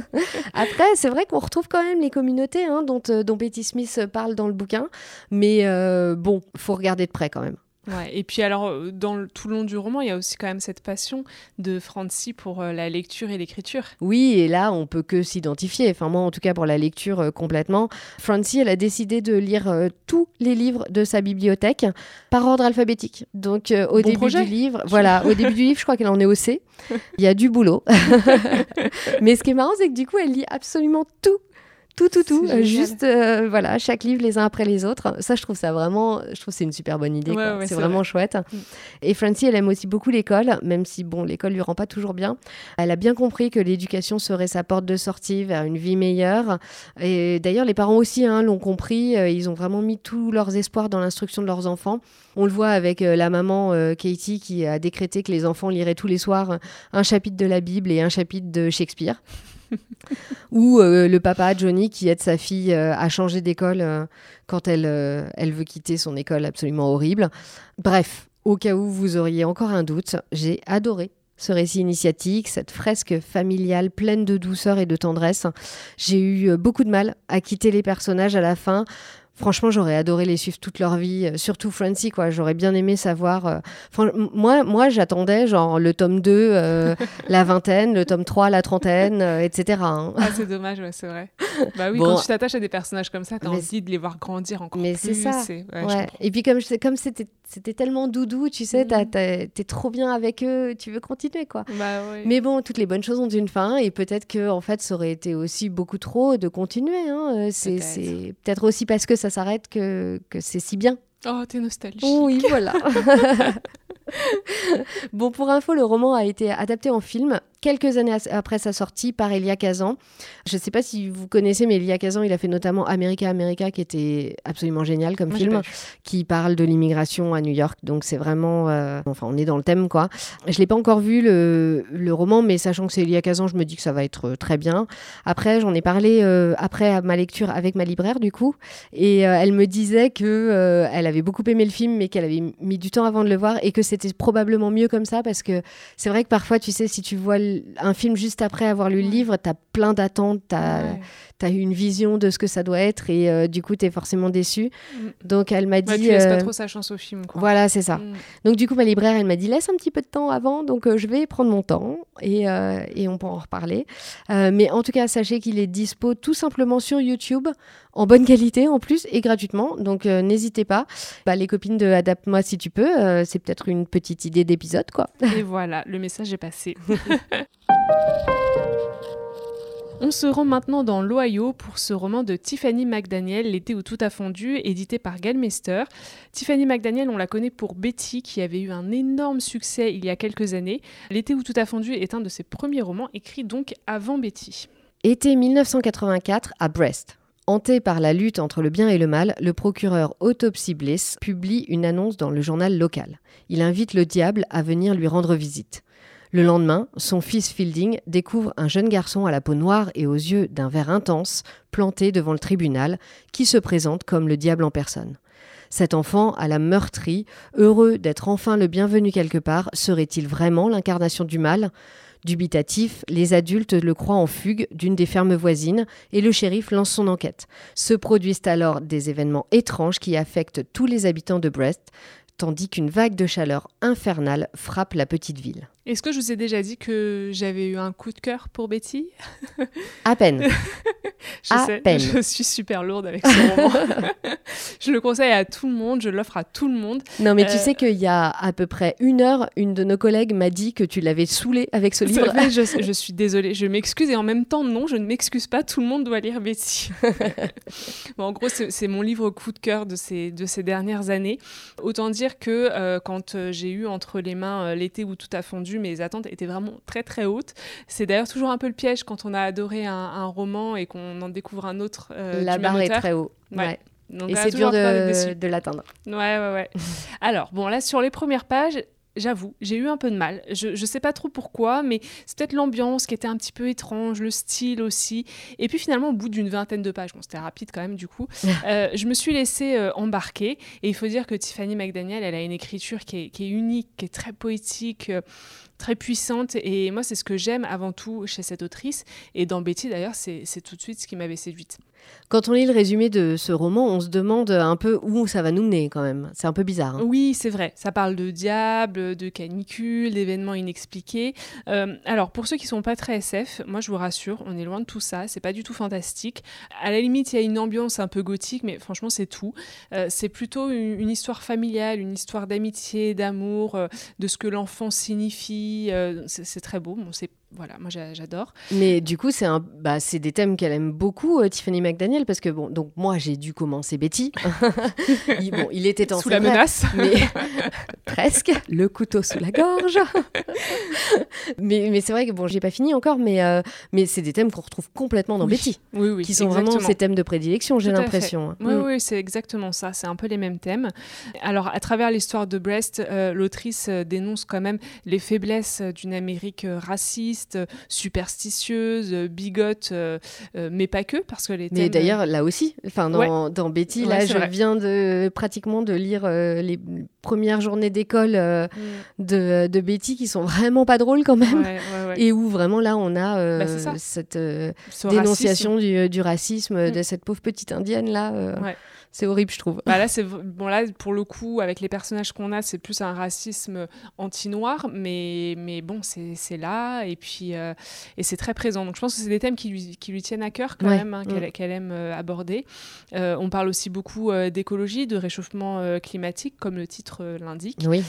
Après, c'est vrai qu'on retrouve quand même les communautés dont Betty Smith parle dans le bouquin. Mais faut regarder de près quand même. Ouais, et puis alors, tout le long du roman, il y a aussi quand même cette passion de Francie pour la lecture et l'écriture. Oui, et là, on peut que s'identifier. Enfin, moi, en tout cas, pour la lecture, complètement. Francie, elle a décidé de lire tous les livres de sa bibliothèque par ordre alphabétique. Donc, au début du livre, je crois qu'elle en est au C. Il y a du boulot. Mais ce qui est marrant, c'est que du coup, elle lit absolument Juste, voilà, chaque livre les uns après les autres. Ça, je trouve que c'est une super bonne idée. Ouais, c'est vraiment chouette. Et Francie, elle aime aussi beaucoup l'école, même si, bon, l'école lui rend pas toujours bien. Elle a bien compris que l'éducation serait sa porte de sortie vers une vie meilleure. Et d'ailleurs, les parents aussi l'ont compris. Ils ont vraiment mis tous leurs espoirs dans l'instruction de leurs enfants. On le voit avec la maman Katie qui a décrété que les enfants liraient tous les soirs un chapitre de la Bible et un chapitre de Shakespeare. Ou le papa Johnny qui aide sa fille à changer d'école quand elle veut quitter son école absolument horrible. Bref, au cas où vous auriez encore un doute, j'ai adoré ce récit initiatique, cette fresque familiale pleine de douceur et de tendresse. J'ai eu beaucoup de mal à quitter les personnages à la fin. Franchement, j'aurais adoré les suivre toute leur vie, surtout Francie, quoi. J'aurais bien aimé savoir... Moi, j'attendais genre le tome 2, la vingtaine, le tome 3, la trentaine, etc. Ah, c'est dommage, ouais, c'est vrai. Bah oui, bon, quand tu t'attaches à des personnages comme ça, t'as envie de les voir grandir encore plus. Mais c'est ça. Ouais. Et puis comme c'était tellement doudou, tu sais, t'es trop bien avec eux, tu veux continuer, quoi. Bah, ouais. Mais bon, toutes les bonnes choses ont une fin, et peut-être que en fait, ça aurait été aussi beaucoup trop de continuer. C'est peut-être aussi parce que ça s'arrête que c'est si bien. Oh, t'es nostalgique. Oui, voilà. Bon, pour info, le roman a été adapté en film quelques années après sa sortie par Elia Kazan. Je ne sais pas si vous connaissez, mais Elia Kazan, il a fait notamment America, qui était absolument génial comme film, qui parle de l'immigration à New York. Donc c'est vraiment... on est dans le thème, quoi. Je ne l'ai pas encore vu, le roman, mais sachant que c'est Elia Kazan, je me dis que ça va être très bien. Après, j'en ai parlé après à ma lecture avec ma libraire, du coup, et elle me disait qu'elle avait beaucoup aimé le film, mais qu'elle avait mis du temps avant de le voir, et que c'était probablement mieux comme ça, parce que c'est vrai que parfois, tu sais, si tu vois un film juste après avoir lu le livre, t'as plein d'attentes, t'as eu une vision de ce que ça doit être, et du coup t'es forcément déçu. Donc elle m'a dit... tu laisses pas trop sa chance au film, quoi. Voilà, c'est ça. Donc du coup ma libraire, elle m'a dit laisse un petit peu de temps avant, donc je vais prendre mon temps, et on peut en reparler. Mais en tout cas, sachez qu'il est dispo tout simplement sur YouTube, en bonne qualité en plus, et gratuitement, donc n'hésitez pas. Les copines de Adapte-moi si tu peux, c'est peut-être une petite idée d'épisode, quoi. Et voilà, le message est passé. On se rend maintenant dans l'Ohio pour ce roman de Tiffany McDaniel, L'été où tout a fondu, édité par Gallmeister. Tiffany McDaniel, on la connaît pour Betty, qui avait eu un énorme succès il y a quelques années. L'été où tout a fondu est un de ses premiers romans, écrits donc avant Betty. Été 1984 à Brest. Hanté par la lutte entre le bien et le mal, le procureur Autopsy Bliss publie une annonce dans le journal local. Il invite le diable à venir lui rendre visite. Le lendemain, son fils Fielding découvre un jeune garçon à la peau noire et aux yeux d'un vert intense, planté devant le tribunal, qui se présente comme le diable en personne. Cet enfant, à la meurtrie, heureux d'être enfin le bienvenu quelque part, serait-il vraiment l'incarnation du mal ? Dubitatif, les adultes le croient en fugue d'une des fermes voisines et le shérif lance son enquête. Se produisent alors des événements étranges qui affectent tous les habitants de Brest, tandis qu'une vague de chaleur infernale frappe la petite ville. Est-ce que je vous ai déjà dit que j'avais eu un coup de cœur pour Betty ? À peine. Peine. Je suis super lourde avec ce roman. Je le conseille à tout le monde, je l'offre à tout le monde. Non, mais tu sais qu'il y a à peu près 1 heure, une de nos collègues m'a dit que tu l'avais saoulée avec ce livre. Vrai, je suis désolée, je m'excuse, et en même temps, non, je ne m'excuse pas, tout le monde doit lire Betty. Bon, en gros, c'est mon livre coup de cœur de ces dernières années. Autant dire que quand j'ai eu entre les mains L'été où tout a fondu, mes attentes étaient vraiment très très hautes. C'est d'ailleurs toujours un peu le piège quand on a adoré un roman et qu'on en découvre un autre La barre est très haut. Ouais. Donc, et c'est dur de l'atteindre. Ouais. Alors, bon, là, sur les premières pages, j'avoue, j'ai eu un peu de mal. Je sais pas trop pourquoi, mais c'est peut-être l'ambiance qui était un petit peu étrange, le style aussi. Et puis finalement, au bout d'une 20aine de pages, bon, c'était rapide quand même du coup, je me suis laissée embarquer. Et il faut dire que Tiffany McDaniel, elle a une écriture qui est unique, qui est très poétique, très puissante, et moi c'est ce que j'aime avant tout chez cette autrice, et dans Betty d'ailleurs c'est tout de suite ce qui m'avait séduite. Quand on lit le résumé de ce roman, on se demande un peu où ça va nous mener quand même. C'est un peu bizarre. Hein. Oui, c'est vrai. Ça parle de diable, de canicule, d'événements inexpliqués. Alors, pour ceux qui ne sont pas très SF, moi je vous rassure, on est loin de tout ça. C'est pas du tout fantastique. À la limite, il y a une ambiance un peu gothique, mais franchement, c'est tout. C'est plutôt une histoire familiale, une histoire d'amitié, d'amour, de ce que l'enfant signifie. C'est très beau. Bon, c'est voilà, moi j'adore. Mais du coup, c'est des thèmes qu'elle aime beaucoup, Tiffany McDaniel, parce que donc moi j'ai dû commencer Betty. il était temps sous la menace, mais presque le couteau sous la gorge. mais c'est vrai que j'ai pas fini encore, mais c'est des thèmes qu'on retrouve complètement dans Betty, qui sont vraiment ses thèmes de prédilection, j'ai l'impression. Oui, c'est exactement ça. C'est un peu les mêmes thèmes. Alors, à travers l'histoire de Breast, l'autrice dénonce quand même les faiblesses d'une Amérique raciste, superstitieuse, bigote, mais pas que, parce que les thèmes... Mais d'ailleurs, là aussi, dans Betty, là, je viens pratiquement de lire les premières journées d'école de Betty, qui sont vraiment pas drôles quand même, et où vraiment là, on a cette dénonciation du racisme de cette pauvre petite indienne là. C'est horrible, je trouve. Là, pour le coup, avec les personnages qu'on a, c'est plus un racisme anti-noir, mais bon, c'est là, et puis et c'est très présent. Donc, je pense que c'est des thèmes qui lui tiennent à cœur quand même, qu'elle aime aborder. On parle aussi beaucoup d'écologie, de réchauffement climatique, comme le titre l'indique. Oui.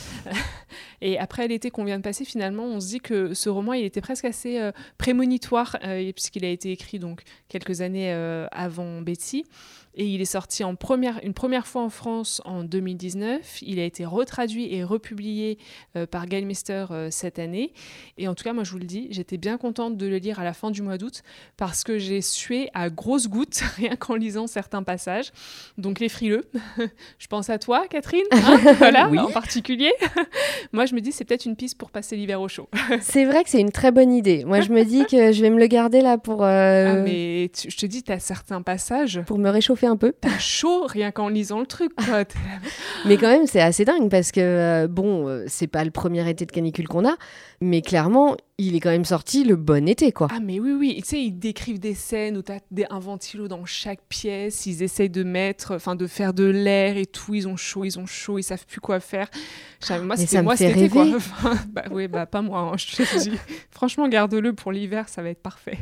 Et après l'été qu'on vient de passer, finalement, on se dit que ce roman, il était presque assez prémonitoire, puisqu'il a été écrit donc quelques années avant Betty. Et il est sorti une première fois en France en 2019. Il a été retraduit et republié par Gail Mister cette année. Et en tout cas, moi, je vous le dis, j'étais bien contente de le lire à la fin du mois d'août parce que j'ai sué à grosses gouttes rien qu'en lisant certains passages. Donc, les frileux, je pense à toi, Catherine, voilà, oui. En particulier. Moi, je me dis, c'est peut-être une piste pour passer l'hiver au chaud. C'est vrai que c'est une très bonne idée. Moi, je me dis que je vais me le garder là pour... mais je te dis, tu as certains passages... Pour me réchauffer un peu. T'as chaud rien qu'en lisant le truc, quoi. Mais quand même, c'est assez dingue parce que, c'est pas le premier été de canicule qu'on a, mais clairement, il est quand même sorti le bon été, quoi. Ah, mais oui. Tu sais, ils décrivent des scènes où t'as un ventilo dans chaque pièce, ils essayent de faire de l'air et tout, ils ont chaud, ils savent plus quoi faire. Moi, ça me fait rêver. Quoi. Pas moi, hein, je te dis. Franchement, garde-le pour l'hiver, ça va être parfait.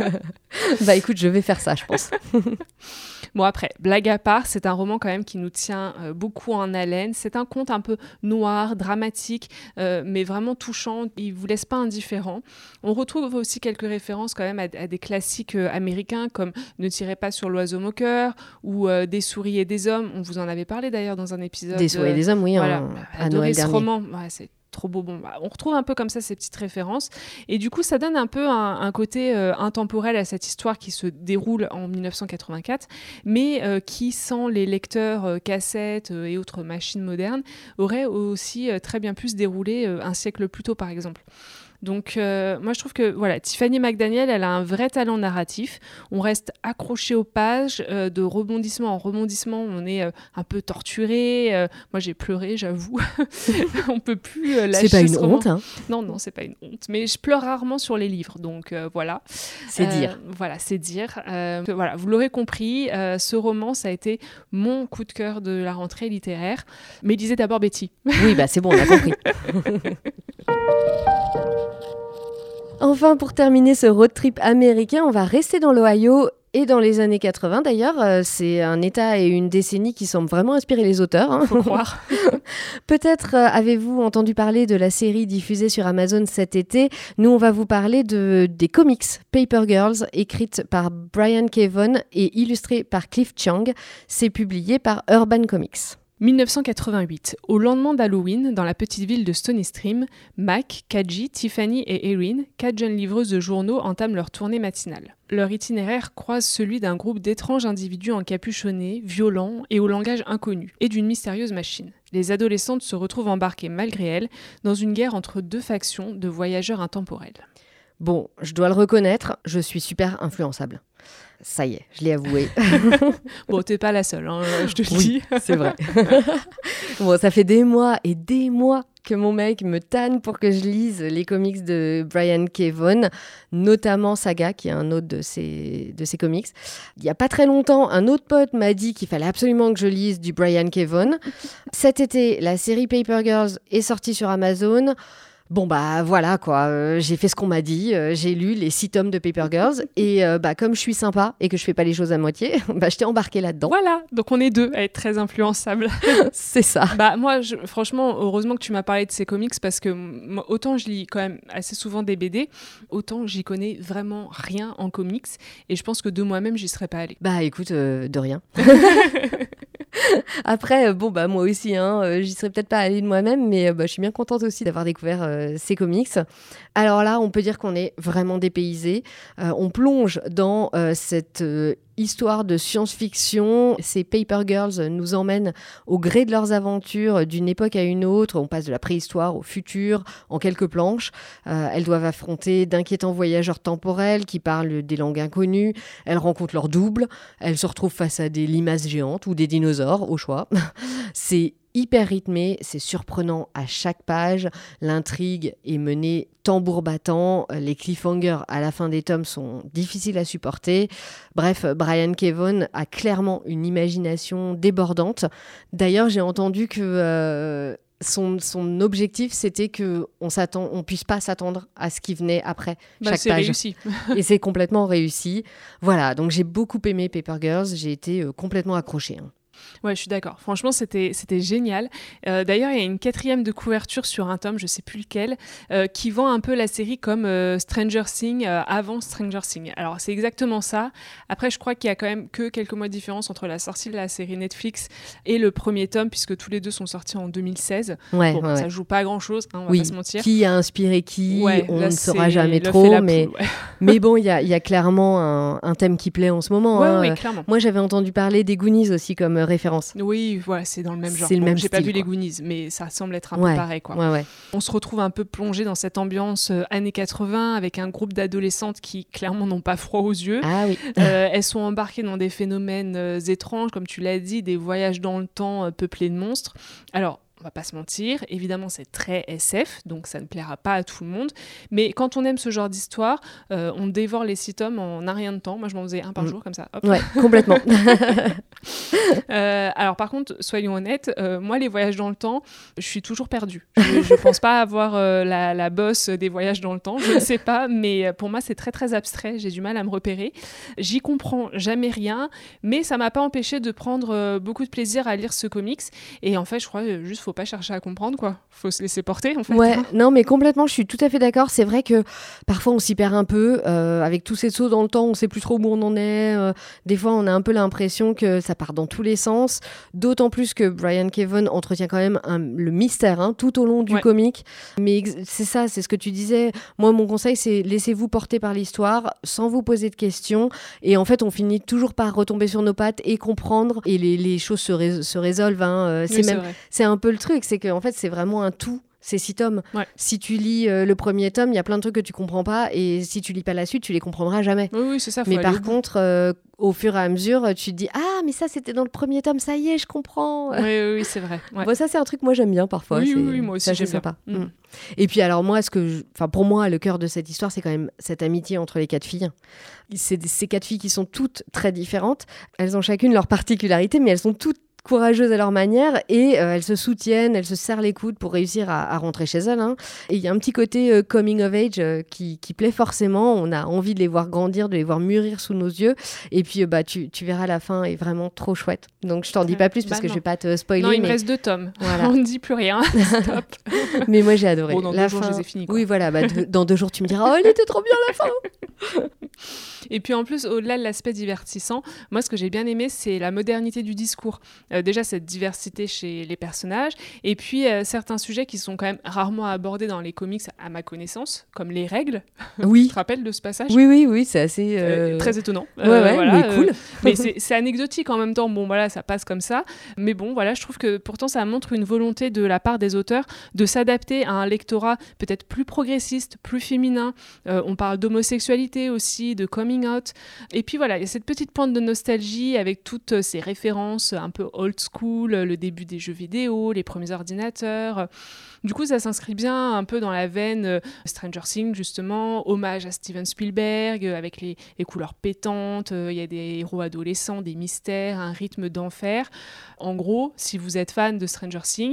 Écoute, je vais faire ça, je pense. Bon, après, blague à part, c'est un roman quand même qui nous tient beaucoup en haleine. C'est un conte un peu noir, dramatique, mais vraiment touchant. Il vous laisse pas indifférent. On retrouve aussi quelques références quand même à des classiques américains comme Ne tirez pas sur l'oiseau moqueur ou Des souris et des hommes. On vous en avait parlé d'ailleurs dans un épisode. Des souris et des hommes, oui, voilà, à Noël dernier. Roman, c'est trop beau. On retrouve un peu comme ça ces petites références. Et du coup, ça donne un peu un côté intemporel à cette histoire qui se déroule en 1984, mais qui, sans les lecteurs cassettes et autres machines modernes, aurait aussi très bien pu se dérouler un siècle plus tôt, par exemple. Donc, moi, je trouve que Tiffany McDaniel, elle a un vrai talent narratif. On reste accroché aux pages, de rebondissement en rebondissement. On est un peu torturé. Moi, j'ai pleuré, j'avoue. On peut plus lâcher. C'est pas une honte, hein. Non, c'est pas une honte. Mais je pleure rarement sur les livres, donc voilà. C'est dire. Voilà, c'est dire. Vous l'aurez compris, ce roman, ça a été mon coup de cœur de la rentrée littéraire. Mais lisez d'abord Betty. Oui, c'est bon, on a compris. Enfin, pour terminer ce road trip américain, on va rester dans l'Ohio et dans les années 80 d'ailleurs. C'est un état et une décennie qui semblent vraiment inspirer les auteurs. Hein. Faut croire. Peut-être avez-vous entendu parler de la série diffusée sur Amazon cet été. Nous, on va vous parler des comics Paper Girls, écrites par Brian K. Vaughan et illustrées par Cliff Chiang. C'est publié par Urban Comics. 1988, au lendemain d'Halloween, dans la petite ville de Stony Stream, Mac, Kaji, Tiffany et Erin, 4 jeunes livreuses de journaux, entament leur tournée matinale. Leur itinéraire croise celui d'un groupe d'étranges individus encapuchonnés, violents et au langage inconnu, et d'une mystérieuse machine. Les adolescentes se retrouvent embarquées malgré elles dans une guerre entre deux factions de voyageurs intemporels. Bon, je dois le reconnaître, je suis super influençable. Ça y est, je l'ai avoué. Bon, t'es pas la seule, hein, je te le dis. C'est vrai. Bon, ça fait des mois et des mois que mon mec me tanne pour que je lise les comics de Brian K. Vaughan, notamment Saga, qui est un autre de ses comics. Il n'y a pas très longtemps, un autre pote m'a dit qu'il fallait absolument que je lise du Brian K. Vaughan. Cet été, la série Paper Girls est sortie sur Amazon. Bon bah voilà quoi, j'ai fait ce qu'on m'a dit, j'ai lu les 6 tomes de Paper Girls et comme je suis sympa et que je fais pas les choses à moitié, je t'ai embarqué là-dedans. Voilà, donc on est deux à être très influençables. C'est ça. Moi, franchement, heureusement que tu m'as parlé de ces comics parce que moi, autant je lis quand même assez souvent des BD, autant j'y connais vraiment rien en comics et je pense que de moi-même, j'y serais pas allée. Bah écoute, de rien. Après, moi aussi, j'y serais peut-être pas allée de moi-même, mais je suis bien contente aussi d'avoir découvert ces comics. Alors là, on peut dire qu'on est vraiment dépaysé. On plonge dans cette histoire de science-fiction. Ces Paper Girls nous emmènent au gré de leurs aventures d'une époque à une autre. On passe de la préhistoire au futur en quelques planches. Elles doivent affronter d'inquiétants voyageurs temporels qui parlent des langues inconnues. Elles rencontrent leur double. Elles se retrouvent face à des limaces géantes ou des dinosaures, au choix. C'est hyper rythmé, c'est surprenant à chaque page. L'intrigue est menée tambour battant. Les cliffhangers à la fin des tomes sont difficiles à supporter. Bref, Brian Kevough a clairement une imagination débordante. D'ailleurs, j'ai entendu que son objectif, c'était qu'on puisse pas s'attendre à ce qui venait après chaque c'est page. Réussi. Et c'est complètement réussi. Voilà, donc j'ai beaucoup aimé Paper Girls. J'ai été complètement accrochée. Ouais, je suis d'accord. Franchement, c'était génial. D'ailleurs, il y a une 4e de couverture sur un tome, je sais plus lequel, qui vend un peu la série comme Stranger Things avant Stranger Things. Alors, c'est exactement ça. Après, je crois qu'il y a quand même que quelques mois de différence entre la sortie de la série Netflix et le premier tome, puisque tous les deux sont sortis en 2016. Ça joue pas à grand-chose, on va pas se mentir. Qui a inspiré qui, on ne saura jamais trop. Mais bon, il y a clairement un thème qui plaît en ce moment. Oui, clairement. Moi, j'avais entendu parler des Goonies aussi comme référence. Oui, voilà, c'est dans le même genre. C'est le même j'ai style, pas vu quoi. les Goonies, mais ça semble être un peu pareil, quoi. Ouais. On se retrouve un peu plongé dans cette ambiance années 80 avec un groupe d'adolescentes qui clairement n'ont pas froid aux yeux. Ah oui. Elles sont embarquées dans des phénomènes étranges, comme tu l'as dit, des voyages dans le temps peuplés de monstres. Alors, on va pas se mentir, évidemment c'est très SF, donc ça ne plaira pas à tout le monde, mais quand on aime ce genre d'histoire, on dévore les 6 tomes en un rien de temps. Moi je m'en faisais un par jour comme ça. Hop. Ouais, complètement. Alors par contre, soyons honnêtes, moi les voyages dans le temps, je suis toujours perdue. Je pense pas avoir la bosse des voyages dans le temps, je ne sais pas, mais pour moi c'est très très abstrait, j'ai du mal à me repérer. J'y comprends jamais rien, mais ça m'a pas empêché de prendre beaucoup de plaisir à lire ce comics, et en fait je crois juste faut pas chercher à comprendre, quoi. Faut se laisser porter, en fait. Ouais, non, mais complètement, je suis tout à fait d'accord. C'est vrai que parfois, on s'y perd un peu. Avec tous ces sauts dans le temps, on sait plus trop où on en est. Des fois, on a un peu l'impression que ça part dans tous les sens. D'autant plus que Brian Kevough entretient quand même le mystère tout au long du comic. Mais c'est ça, c'est ce que tu disais. Moi, mon conseil, c'est laissez-vous porter par l'histoire sans vous poser de questions. Et en fait, on finit toujours par retomber sur nos pattes et comprendre. Et les choses se résolvent. C'est un peu le truc, c'est qu'en fait, c'est vraiment un tout, ces 6 tomes. Ouais. Si tu lis le premier tome, il y a plein de trucs que tu comprends pas, et si tu lis pas la suite, tu les comprendras jamais. Oui, c'est ça. Mais par contre, au fur et à mesure, tu te dis « Ah, mais ça, c'était dans le premier tome, ça y est, je comprends !» Oui, c'est vrai. Ouais. Bon, ça, c'est un truc que moi, j'êmes bien parfois. Oui, moi aussi, j'aime sympa. Et puis, alors, moi, pour moi, le cœur de cette histoire, c'est quand même cette amitié entre les 4 filles. C'est ces 4 filles qui sont toutes très différentes. Elles ont chacune leur particularité, mais elles sont toutes courageuses à leur manière, et elles se soutiennent, elles se serrent les coudes pour réussir à rentrer chez elles. Et il y a un petit côté coming of age qui plaît forcément. On a envie de les voir grandir, de les voir mûrir sous nos yeux. Et puis tu verras, la fin est vraiment trop chouette. Donc je t'en dis pas plus parce que je vais pas te spoiler. Non, il me reste 2 tomes. Voilà. On ne dit plus rien. Stop. Mais moi j'ai adoré. Bon, dans 2 jours, je les ai finis, quoi. Oui, voilà. Dans 2 jours, tu me diras « Oh, elle était trop bien la fin !» Et puis en plus, au-delà de l'aspect divertissant, moi ce que j'ai bien aimé, c'est la modernité du discours. Déjà cette diversité chez les personnages, et puis certains sujets qui sont quand même rarement abordés dans les comics à ma connaissance, comme les règles. Oui. Tu te rappelles de ce passage ? Oui, c'est assez... très étonnant. Voilà, mais cool. Mais c'est anecdotique en même temps, bon voilà, ça passe comme ça. Mais bon, voilà, je trouve que pourtant ça montre une volonté de la part des auteurs de s'adapter à un lectorat peut-être plus progressiste, plus féminin. On parle d'homosexualité aussi, de coming out. Et puis voilà, il y a cette petite pointe de nostalgie avec toutes ces références un peu old school, le début des jeux vidéo, les premiers ordinateurs. Du coup, ça s'inscrit bien un peu dans la veine Stranger Things, justement, hommage à Steven Spielberg, avec les couleurs pétantes, il y a des héros adolescents, des mystères, un rythme d'enfer. En gros, si vous êtes fan de Stranger Things,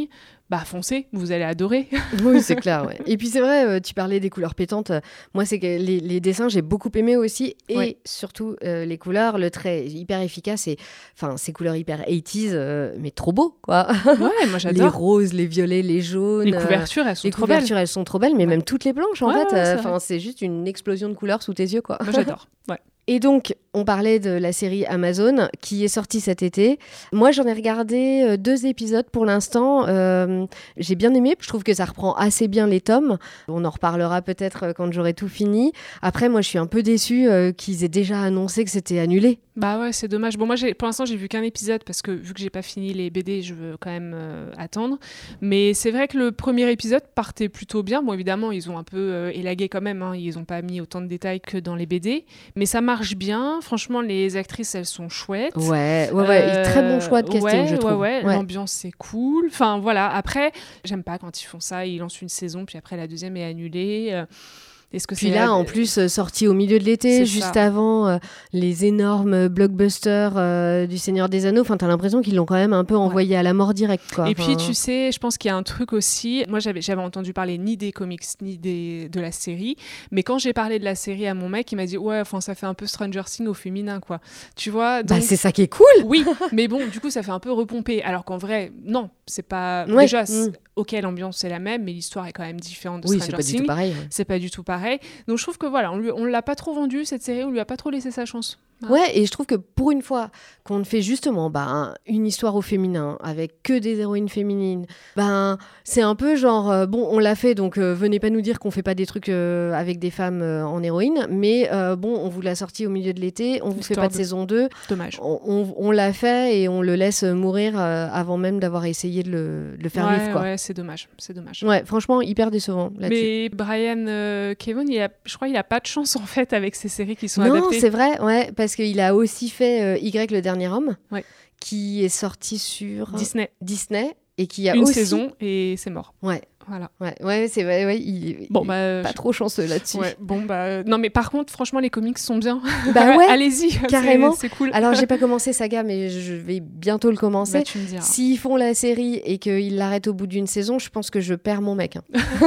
foncez, vous allez adorer. Oui, c'est clair. Ouais. Et puis c'est vrai, tu parlais des couleurs pétantes. Moi, c'est que les dessins, j'ai beaucoup aimé aussi. Et surtout, les couleurs, le trait hyper efficace. Et ces couleurs hyper 80s, mais trop beau, quoi. Ouais, moi j'adore. Les roses, les violets, les jaunes. Les couvertures, elles sont trop belles. Les couvertures, elles sont trop belles, mais même toutes les blanches, en fait. Ouais, c'est juste une explosion de couleurs sous tes yeux, quoi. Moi j'adore, ouais. Et donc, on parlait de la série Amazon qui est sortie cet été. Moi, j'en ai regardé 2 épisodes pour l'instant. J'ai bien aimé. Je trouve que ça reprend assez bien les tomes. On en reparlera peut-être quand j'aurai tout fini. Après, moi, je suis un peu déçue qu'ils aient déjà annoncé que c'était annulé. Bah ouais, c'est dommage. Bon, moi, pour l'instant, j'ai vu qu'un épisode parce que vu que j'ai pas fini les BD, je veux quand même attendre. Mais c'est vrai que le premier épisode partait plutôt bien. Bon, évidemment, ils ont un peu élagué quand même. Hein. Ils ont pas mis autant de détails que dans les BD. Mais ça marche bien. Franchement, les actrices, elles sont chouettes. Ouais. Très bon choix de casting, je trouve. Ouais. L'ambiance, c'est cool. Enfin, voilà. Après, j'aime pas quand ils font ça. Ils lancent une saison, puis après, la deuxième est annulée. Puis là, en plus, sorti au milieu de l'été, juste avant les énormes blockbusters du Seigneur des Anneaux. Enfin, t'as l'impression qu'ils l'ont quand même un peu envoyé à la mort directe, quoi. Et puis, tu sais, je pense qu'il y a un truc aussi. Moi, j'avais entendu parler ni des comics, ni de la série. Mais quand j'ai parlé de la série à mon mec, il m'a dit « Ouais, ça fait un peu Stranger Things au féminin, quoi. » Tu vois, donc... c'est ça qui est cool. Oui, mais bon, du coup, ça fait un peu repomper. Alors qu'en vrai, non, c'est pas... Déjà, ok, l'ambiance, c'est la même, mais l'histoire est quand même différente de Stranger Things. Oui, c'est pas du tout pareil. C'est pas du tout pareil. Donc je trouve que voilà, on l'a pas trop vendu cette série, on lui a pas trop laissé sa chance. Ouais, et je trouve que pour une fois qu'on fait justement une histoire au féminin avec que des héroïnes féminines, c'est un peu genre on l'a fait, donc venez pas nous dire qu'on fait pas des trucs avec des femmes en héroïne, mais on vous l'a sorti au milieu de l'été, on vous fait pas de saison 2. Dommage. On l'a fait et on le laisse mourir avant même d'avoir essayé de le faire vivre, quoi. Ouais, c'est dommage. Ouais, franchement, hyper décevant là-dessus. Mais Brian Kevoun, je crois qu'il a pas de chance en fait avec ces séries qui sont adaptées. Non, c'est vrai, ouais, parce qu'il a aussi fait Y, le dernier homme, qui est sorti sur Disney et qui a une aussi... saison et c'est mort. Ouais. Voilà. Ouais, c'est vrai, ouais, il est pas trop chanceux là-dessus. Ouais, non, mais par contre, franchement, les comics sont bien. Ouais, allez-y, carrément. C'est cool. Alors, j'ai pas commencé Saga, mais je vais bientôt le commencer. Tu me diras. S'ils font la série et qu'ils l'arrêtent au bout d'une saison, je pense que je perds mon mec.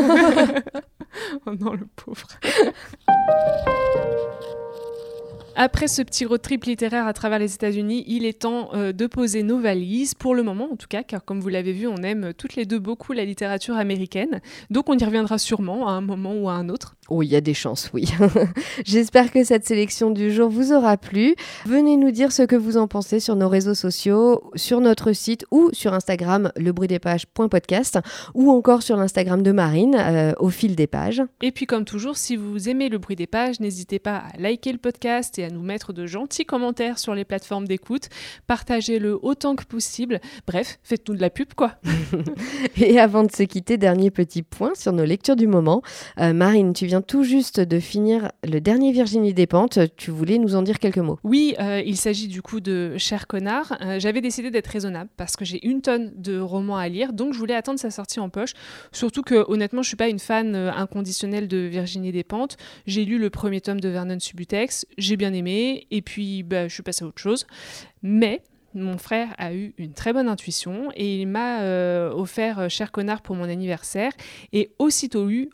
Oh non, le pauvre. Après ce petit road trip littéraire à travers les États-Unis, il est temps de poser nos valises, pour le moment en tout cas, car comme vous l'avez vu, on aime toutes les deux beaucoup la littérature américaine. Donc on y reviendra sûrement à un moment ou à un autre. Oh, il y a des chances, oui. J'espère que cette sélection du jour vous aura plu. Venez nous dire ce que vous en pensez sur nos réseaux sociaux, sur notre site ou sur Instagram, lebruitdespages.podcast, ou encore sur l'Instagram de Marine, au fil des pages. Et puis comme toujours, si vous aimez Le Bruit des Pages, n'hésitez pas à liker le podcast et à nous mettre de gentils commentaires sur les plateformes d'écoute. Partagez-le autant que possible. Bref, faites-nous de la pub, quoi. Et avant de se quitter, dernier petit point sur nos lectures du moment. Marine, tu viens tout juste de finir le dernier Virginie Despentes. Tu voulais nous en dire quelques mots. Oui, il s'agit du coup de Cher connard. J'avais décidé d'être raisonnable parce que j'ai une tonne de romans à lire, donc je voulais attendre sa sortie en poche. Surtout que honnêtement, je suis pas une fan inconditionnelle de Virginie Despentes. J'ai lu le premier tome de Vernon Subutex, j'ai bien aimé, et puis je suis passée à autre chose. Mais mon frère a eu une très bonne intuition et il m'a offert Cher connard pour mon anniversaire. Et aussitôt lu.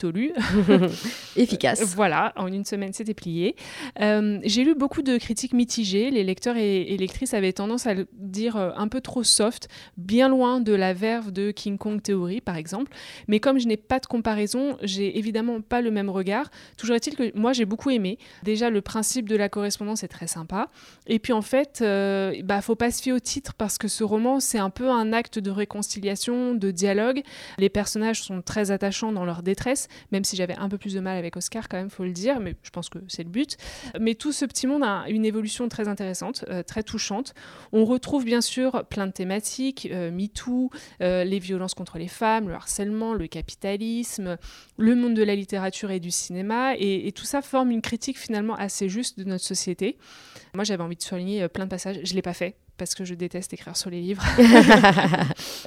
Efficace. Voilà, en une semaine, c'était plié. J'ai lu beaucoup de critiques mitigées. Les lecteurs et lectrices avaient tendance à le dire un peu trop soft, bien loin de la verve de King Kong Theory, par exemple. Mais comme je n'ai pas de comparaison, j'ai évidemment pas le même regard. Toujours est-il que moi, j'ai beaucoup aimé. Déjà, le principe de la correspondance est très sympa. Et puis, en fait, faut pas se fier au titre parce que ce roman, c'est un peu un acte de réconciliation, de dialogue. Les personnages sont très attachants dans leur détresse, même si j'avais un peu plus de mal avec Oscar quand même, faut le dire, mais je pense que c'est le but. Mais tout ce petit monde a une évolution très intéressante, très touchante. On retrouve bien sûr plein de thématiques, MeToo, les violences contre les femmes, le harcèlement, le capitalisme, le monde de la littérature et du cinéma, et tout ça forme une critique finalement assez juste de notre société. Moi, j'avais envie de souligner plein de passages, je l'ai pas fait, parce que je déteste écrire sur les livres.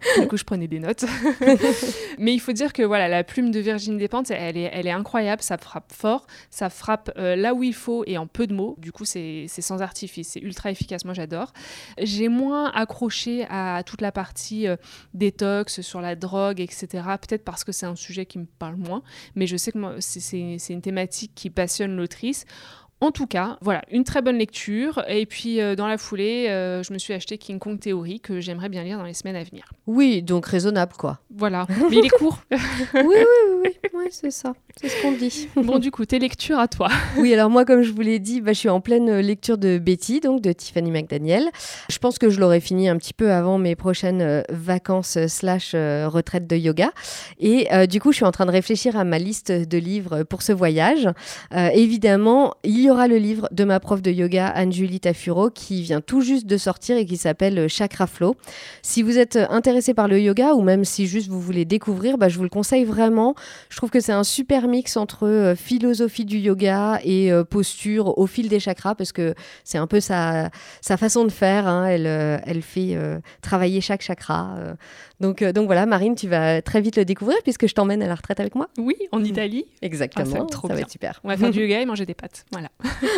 Du coup, je prenais des notes. Mais il faut dire que voilà, la plume de Virginie Despentes, elle est incroyable, ça frappe fort, ça frappe là où il faut et en peu de mots. Du coup, c'est sans artifice, c'est ultra efficace, moi j'adore. J'ai moins accroché à toute la partie détox, sur la drogue, etc. Peut-être parce que c'est un sujet qui me parle moins, mais je sais que moi, c'est une thématique qui passionne l'autrice. En tout cas, voilà, une très bonne lecture. Et puis, dans la foulée, je me suis acheté King Kong Theory, que j'aimerais bien lire dans les semaines à venir. Oui, donc raisonnable, quoi. Voilà, mais il est court. Oui, c'est ça. C'est ce qu'on dit. Bon, du coup, tes lectures à toi. Oui, alors moi, comme je vous l'ai dit, je suis en pleine lecture de Betty, donc de Tiffany McDaniel. Je pense que je l'aurai fini un petit peu avant mes prochaines vacances / retraite de yoga. Et du coup, je suis en train de réfléchir à ma liste de livres pour ce voyage. Évidemment, il y aura le livre de ma prof de yoga, Anne-Julie Tafuro, qui vient tout juste de sortir et qui s'appelle Chakra Flow. Si vous êtes intéressé par le yoga ou même si juste vous voulez découvrir, je vous le conseille vraiment. Je trouve que c'est un super mix entre philosophie du yoga et posture au fil des chakras, parce que c'est un peu sa façon de faire. Hein. Elle fait travailler chaque chakra. Donc voilà, Marine, tu vas très vite le découvrir puisque je t'emmène à la retraite avec moi. Oui, en Italie. Exactement, ça va être super. On va faire du yoga et manger des pâtes. Voilà.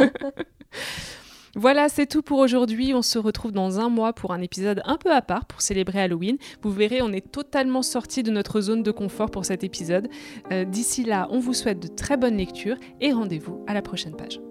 Voilà, c'est tout pour aujourd'hui. On se retrouve dans un mois pour un épisode un peu à part pour célébrer Halloween. Vous verrez, on est totalement sortis de notre zone de confort pour cet épisode. D'ici là, on vous souhaite de très bonnes lectures et rendez-vous à la prochaine page.